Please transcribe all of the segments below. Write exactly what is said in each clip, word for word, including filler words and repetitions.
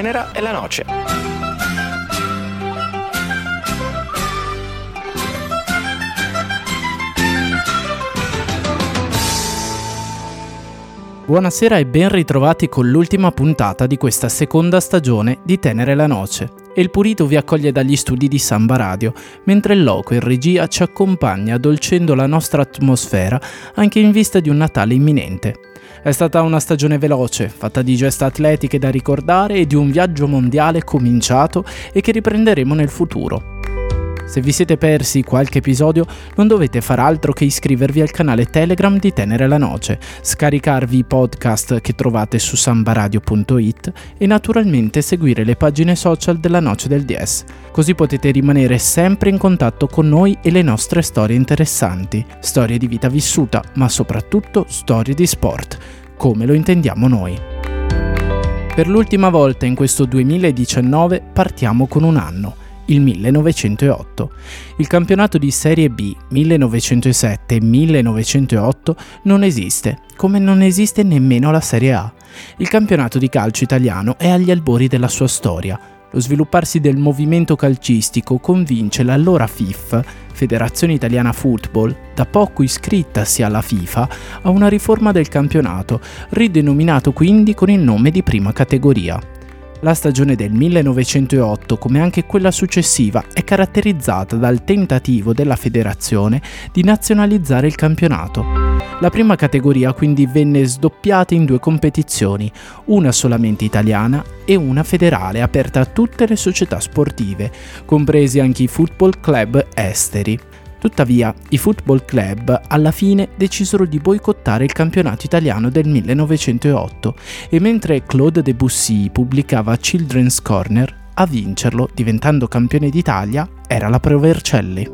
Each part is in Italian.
Tenera e la Noce. Buonasera e ben ritrovati con l'ultima puntata di questa seconda stagione di Tenera e la Noce. El Purito vi accoglie dagli studi di Samba Radio, mentre il Loco in regia ci accompagna addolcendo la nostra atmosfera anche in vista di un Natale imminente. È stata una stagione veloce, fatta di gesta atletiche da ricordare e di un viaggio mondiale cominciato e che riprenderemo nel futuro. Se vi siete persi qualche episodio, non dovete far altro che iscrivervi al canale Telegram di Tenera e la Noce, scaricarvi i podcast che trovate su sambaradio punto it e naturalmente seguire le pagine social della Noce del D S, così potete rimanere sempre in contatto con noi e le nostre storie interessanti, storie di vita vissuta, ma soprattutto storie di sport, come lo intendiamo noi. Per l'ultima volta in questo duemiladiciannove partiamo con un anno. Il millenovecentootto. Il campionato di Serie B millenovecentosette e millenovecentootto non esiste, come non esiste nemmeno la Serie A. Il campionato di calcio italiano è agli albori della sua storia. Lo svilupparsi del movimento calcistico convince l'allora F I F, Federazione Italiana Football, da poco iscrittasi alla FIFA, a una riforma del campionato, ridenominato quindi con il nome di prima categoria. La stagione del millenovecentootto, come anche quella successiva, è caratterizzata dal tentativo della federazione di nazionalizzare il campionato. La prima categoria quindi venne sdoppiata in due competizioni, una solamente italiana e una federale aperta a tutte le società sportive, compresi anche i football club esteri. Tuttavia, i football club alla fine decisero di boicottare il campionato italiano del millenovecentootto e mentre Claude Debussy pubblicava Children's Corner, a vincerlo, diventando campione d'Italia, era la Pro Vercelli.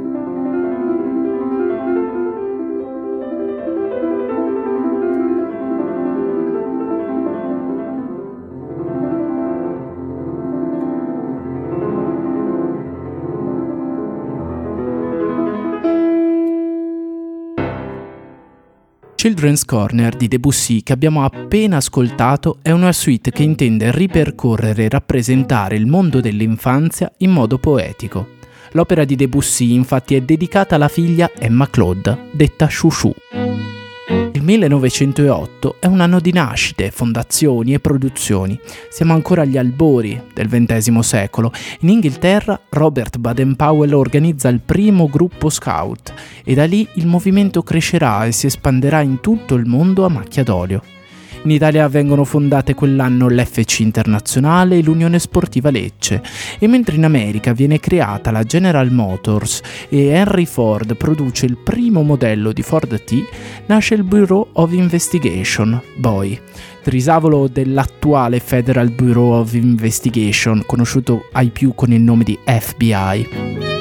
Children's Corner di Debussy che abbiamo appena ascoltato è una suite che intende ripercorrere e rappresentare il mondo dell'infanzia in modo poetico. L'opera di Debussy infatti è dedicata alla figlia Emma Claude, detta Chouchou. Il millenovecentootto è un anno di nascite, fondazioni e produzioni. Siamo ancora agli albori del ventesimo secolo. In Inghilterra Robert Baden-Powell organizza il primo gruppo scout e da lì il movimento crescerà e si espanderà in tutto il mondo a macchia d'olio. In Italia vengono fondate quell'anno l'F C Internazionale e l'Unione Sportiva Lecce, e mentre in America viene creata la General Motors e Henry Ford produce il primo modello di Ford T, nasce il Bureau of Investigation, B O I, trisavolo dell'attuale Federal Bureau of Investigation, conosciuto ai più con il nome di F B I.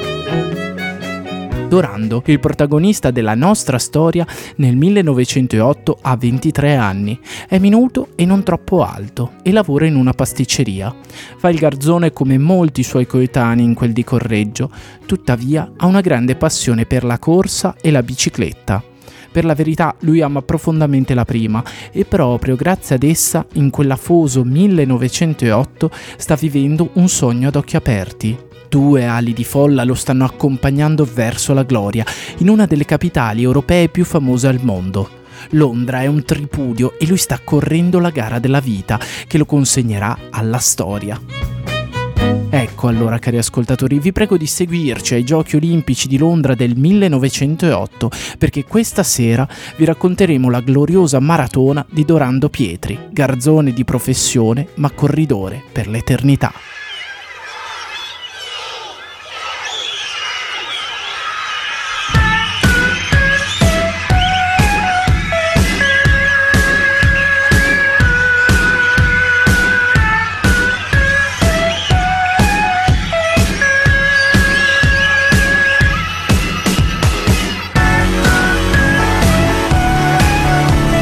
Dorando, il protagonista della nostra storia, nel millenovecentootto ha ventitré anni, è minuto e non troppo alto e lavora in una pasticceria. Fa il garzone come molti suoi coetanei in quel di Correggio, tuttavia ha una grande passione per la corsa e la bicicletta. Per la verità lui ama profondamente la prima e proprio grazie ad essa in quell'afoso millenovecentootto sta vivendo un sogno ad occhi aperti. Due ali di folla lo stanno accompagnando verso la gloria in una delle capitali europee più famose al mondo. Londra è un tripudio e lui sta correndo la gara della vita che lo consegnerà alla storia. Ecco allora, cari ascoltatori, vi prego di seguirci ai Giochi Olimpici di Londra del millenovecentootto, perché questa sera vi racconteremo la gloriosa maratona di Dorando Pietri, garzone di professione ma corridore per l'eternità.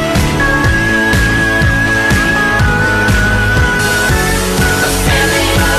Family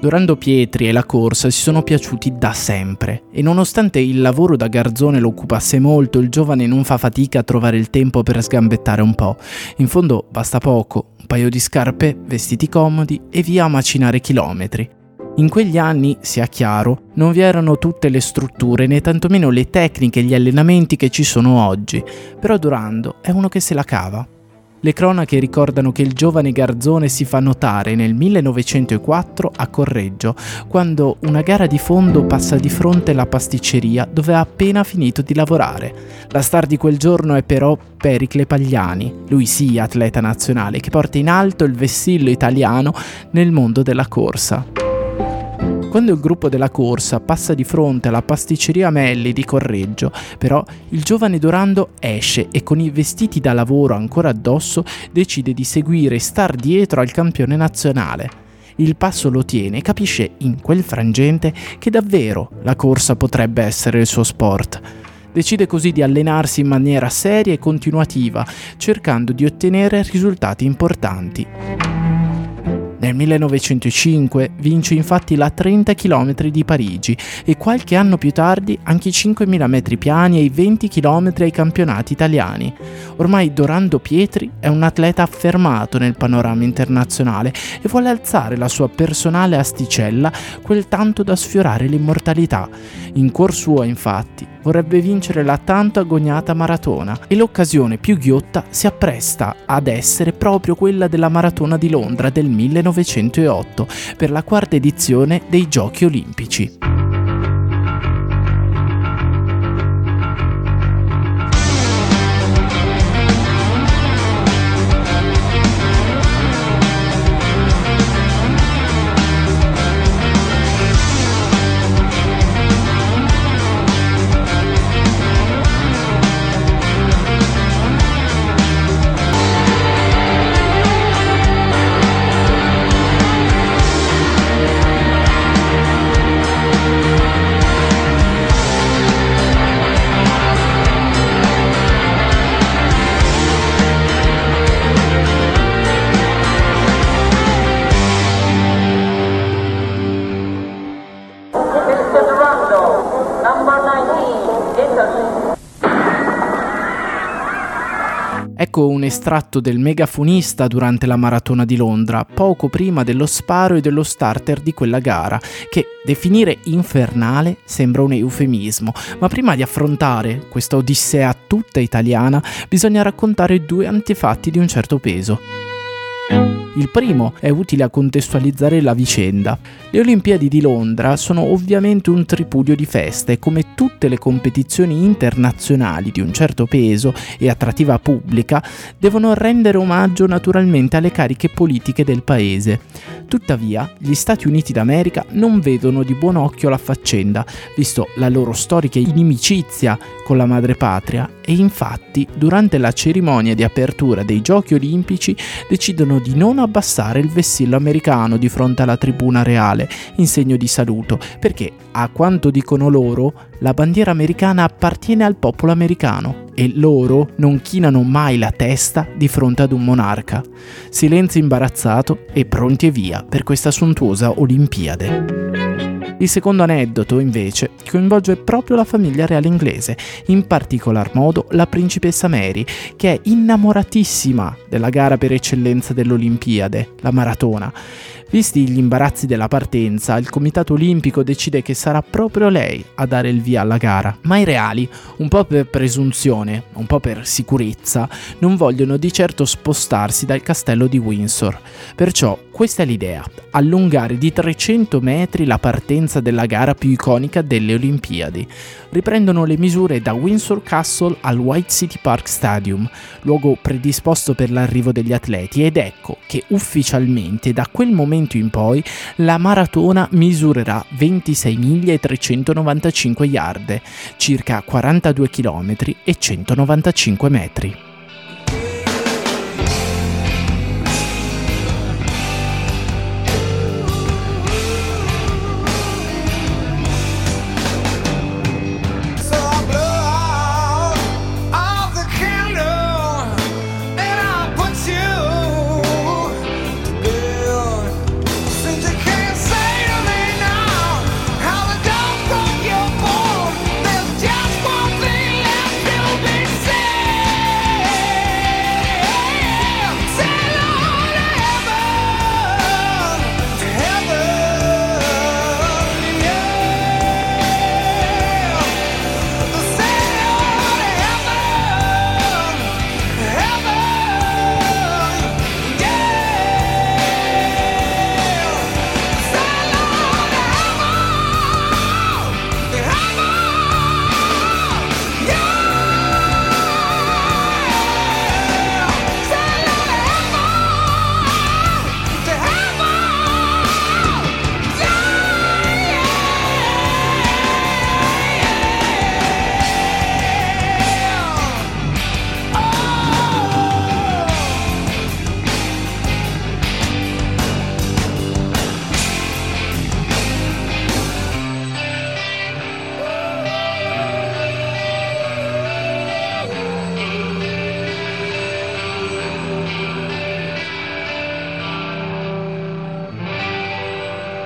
Dorando Pietri e la corsa si sono piaciuti da sempre e nonostante il lavoro da garzone lo occupasse molto, il giovane non fa fatica a trovare il tempo per sgambettare un po'. In fondo basta poco, un paio di scarpe, vestiti comodi e via a macinare chilometri. In quegli anni, sia chiaro, non vi erano tutte le strutture né tantomeno le tecniche e gli allenamenti che ci sono oggi, però Dorando è uno che se la cava. Le cronache ricordano che il giovane garzone si fa notare nel millenovecentoquattro a Correggio, quando una gara di fondo passa di fronte alla pasticceria dove ha appena finito di lavorare. La star di quel giorno è però Pericle Pagliani, lui sì atleta nazionale, che porta in alto il vessillo italiano nel mondo della corsa. Quando il gruppo della corsa passa di fronte alla pasticceria Melli di Correggio, però il giovane Dorando esce e con i vestiti da lavoro ancora addosso decide di seguire e star dietro al campione nazionale. Il passo lo tiene e capisce in quel frangente che davvero la corsa potrebbe essere il suo sport. Decide così di allenarsi in maniera seria e continuativa, cercando di ottenere risultati importanti. Nel millenovecentocinque vince infatti la trenta chilometri di Parigi e qualche anno più tardi anche i cinquemila metri piani e i venti chilometri ai campionati italiani. Ormai Dorando Pietri è un atleta affermato nel panorama internazionale e vuole alzare la sua personale asticella quel tanto da sfiorare l'immortalità. In cuor suo, infatti, vorrebbe vincere la tanto agognata maratona e l'occasione più ghiotta si appresta ad essere proprio quella della maratona di Londra del millenovecentootto per la quarta edizione dei Giochi Olimpici. Ecco un estratto del megafonista durante la maratona di Londra, poco prima dello sparo e dello starter di quella gara, che definire infernale sembra un eufemismo, ma prima di affrontare questa odissea tutta italiana bisogna raccontare due antefatti di un certo peso. Il primo è utile a contestualizzare la vicenda. Le Olimpiadi di Londra sono ovviamente un tripudio di feste e come tutte le competizioni internazionali di un certo peso e attrattiva pubblica devono rendere omaggio naturalmente alle cariche politiche del paese. Tuttavia, gli Stati Uniti d'America non vedono di buon occhio la faccenda, visto la loro storica inimicizia con la madrepatria, e infatti durante la cerimonia di apertura dei Giochi Olimpici decidono di non abbassare il vessillo americano di fronte alla tribuna reale in segno di saluto, perché a quanto dicono loro la bandiera americana appartiene al popolo americano e loro non chinano mai la testa di fronte ad un monarca. Silenzio imbarazzato e pronti e via per questa sontuosa Olimpiade. Il secondo aneddoto, invece, coinvolge proprio la famiglia reale inglese, in particolar modo la principessa Mary, che è innamoratissima della gara per eccellenza dell'Olimpiade, la maratona. Visti gli imbarazzi della partenza, il Comitato Olimpico decide che sarà proprio lei a dare il via alla gara, ma i reali, un po' per presunzione, un po' per sicurezza, non vogliono di certo spostarsi dal castello di Windsor. Perciò questa è l'idea: allungare di trecento metri la partenza della gara più iconica delle Olimpiadi. Riprendono le misure da Windsor Castle al White City Park Stadium, luogo predisposto per l'arrivo degli atleti, ed ecco che ufficialmente da quel momento in poi la maratona misurerà ventisei miglia e trecentonovantacinque yard, circa quarantadue chilometri e centonovantacinque metri. Say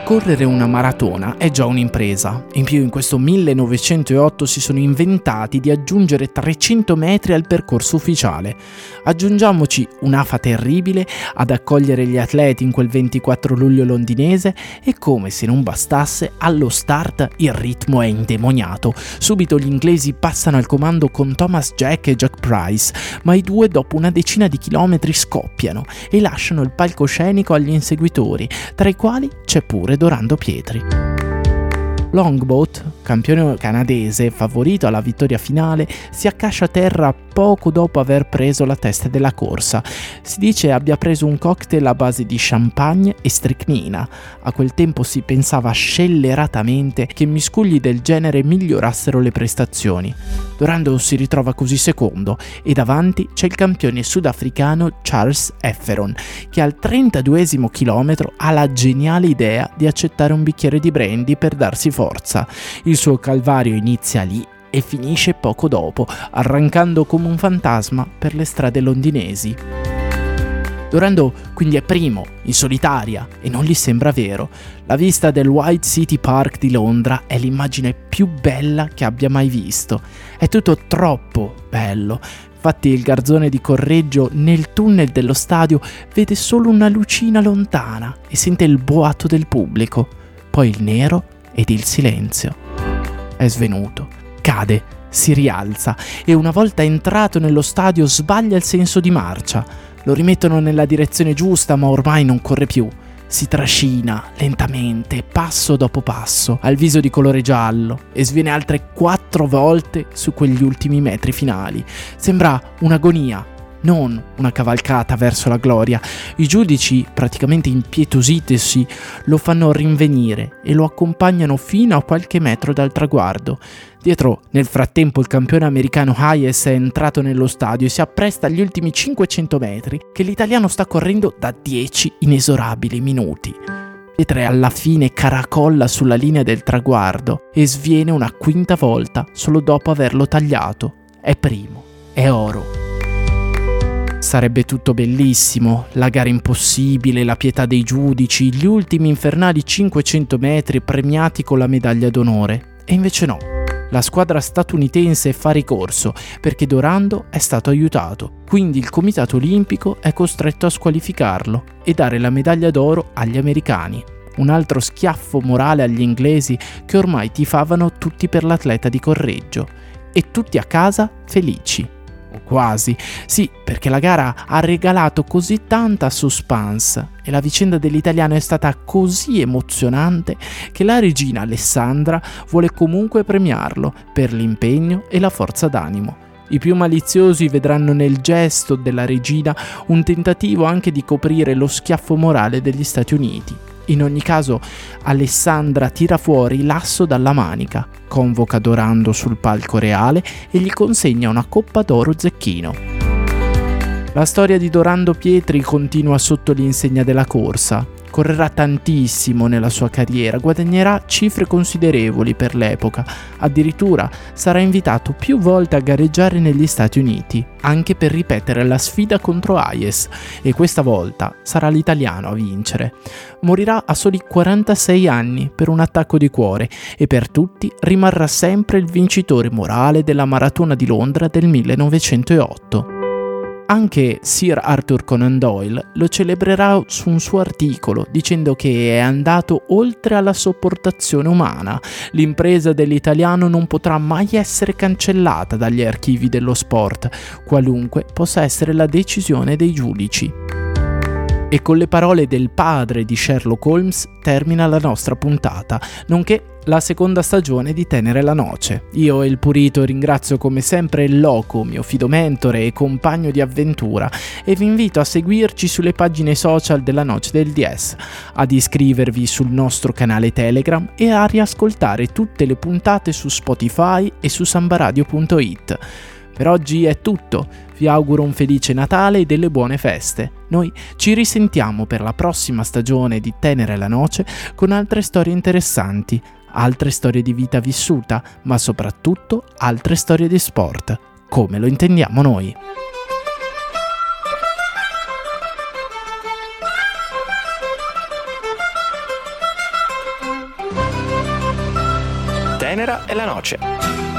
Correre una maratona è già un'impresa. In più, in questo millenovecentootto si sono inventati di aggiungere trecento metri al percorso ufficiale. Aggiungiamoci un'afa terribile ad accogliere gli atleti in quel ventiquattro luglio londinese e, come se non bastasse, allo start il ritmo è indemoniato. Subito gli inglesi passano al comando con Thomas Jack e Jack Price, ma i due dopo una decina di chilometri scoppiano e lasciano il palcoscenico agli inseguitori, tra i quali c'è pure Dorando Pietri. Longboat, campione canadese favorito alla vittoria finale, si accascia a terra poco dopo aver preso la testa della corsa. Si dice abbia preso un cocktail a base di champagne e stricnina. A quel tempo si pensava scelleratamente che miscugli del genere migliorassero le prestazioni. Dorando si ritrova così secondo e davanti c'è il campione sudafricano Charles Efferon, che al trentaduesimo chilometro ha la geniale idea di accettare un bicchiere di brandy per darsi forza. Il suo calvario inizia lì e finisce poco dopo, arrancando come un fantasma per le strade londinesi. Dorando quindi è primo, in solitaria, e non gli sembra vero. La vista del White City Park di Londra è l'immagine più bella che abbia mai visto. È tutto troppo bello. Infatti il garzone di Correggio nel tunnel dello stadio vede solo una lucina lontana e sente il boato del pubblico, poi il nero ed il silenzio. È svenuto, cade, si rialza e una volta entrato nello stadio sbaglia il senso di marcia. Lo rimettono nella direzione giusta, ma ormai non corre più. Si trascina lentamente, passo dopo passo, al viso di colore giallo e sviene altre quattro volte su quegli ultimi metri finali. Sembra un'agonia, non una cavalcata verso la gloria. I giudici, praticamente impietositisi, lo fanno rinvenire e lo accompagnano fino a qualche metro dal traguardo. Dietro, nel frattempo, il campione americano Hayes è entrato nello stadio e si appresta agli ultimi cinquecento metri che l'italiano sta correndo da dieci inesorabili minuti. Pietri alla fine caracolla sulla linea del traguardo e sviene una quinta volta solo dopo averlo tagliato. È primo, è oro. Sarebbe tutto bellissimo, la gara impossibile, la pietà dei giudici, gli ultimi infernali cinquecento metri premiati con la medaglia d'onore. E invece no. La squadra statunitense fa ricorso perché Dorando è stato aiutato, quindi il Comitato Olimpico è costretto a squalificarlo e dare la medaglia d'oro agli americani. Un altro schiaffo morale agli inglesi che ormai tifavano tutti per l'atleta di Correggio. E tutti a casa felici. O quasi. Sì, perché la gara ha regalato così tanta suspense e la vicenda dell'italiano è stata così emozionante che la regina Alessandra vuole comunque premiarlo per l'impegno e la forza d'animo. I più maliziosi vedranno nel gesto della regina un tentativo anche di coprire lo schiaffo morale degli Stati Uniti. In ogni caso, Alessandra tira fuori l'asso dalla manica, convoca Dorando sul palco reale e gli consegna una coppa d'oro Zecchino. La storia di Dorando Pietri continua sotto l'insegna della corsa. Correrà tantissimo nella sua carriera, guadagnerà cifre considerevoli per l'epoca, addirittura sarà invitato più volte a gareggiare negli Stati Uniti, anche per ripetere la sfida contro Hayes, e questa volta sarà l'italiano a vincere. Morirà a soli quarantasei anni per un attacco di cuore e per tutti rimarrà sempre il vincitore morale della maratona di Londra del millenovecentootto. Anche Sir Arthur Conan Doyle lo celebrerà su un suo articolo dicendo che è andato oltre alla sopportazione umana. L'impresa dell'italiano non potrà mai essere cancellata dagli archivi dello sport, qualunque possa essere la decisione dei giudici. E con le parole del padre di Sherlock Holmes termina la nostra puntata, nonché la seconda stagione di Tenere la Noce. Io e il Purito ringrazio come sempre il Loco, mio fido mentore e compagno di avventura, e vi invito a seguirci sulle pagine social della Noce del D S, ad iscrivervi sul nostro canale Telegram e a riascoltare tutte le puntate su Spotify e su sambaradio punto it. Per oggi è tutto, vi auguro un felice Natale e delle buone feste. Noi ci risentiamo per la prossima stagione di Tenere la Noce con altre storie interessanti, altre storie di vita vissuta, ma soprattutto altre storie di sport, come lo intendiamo noi. Tenera e la Noce.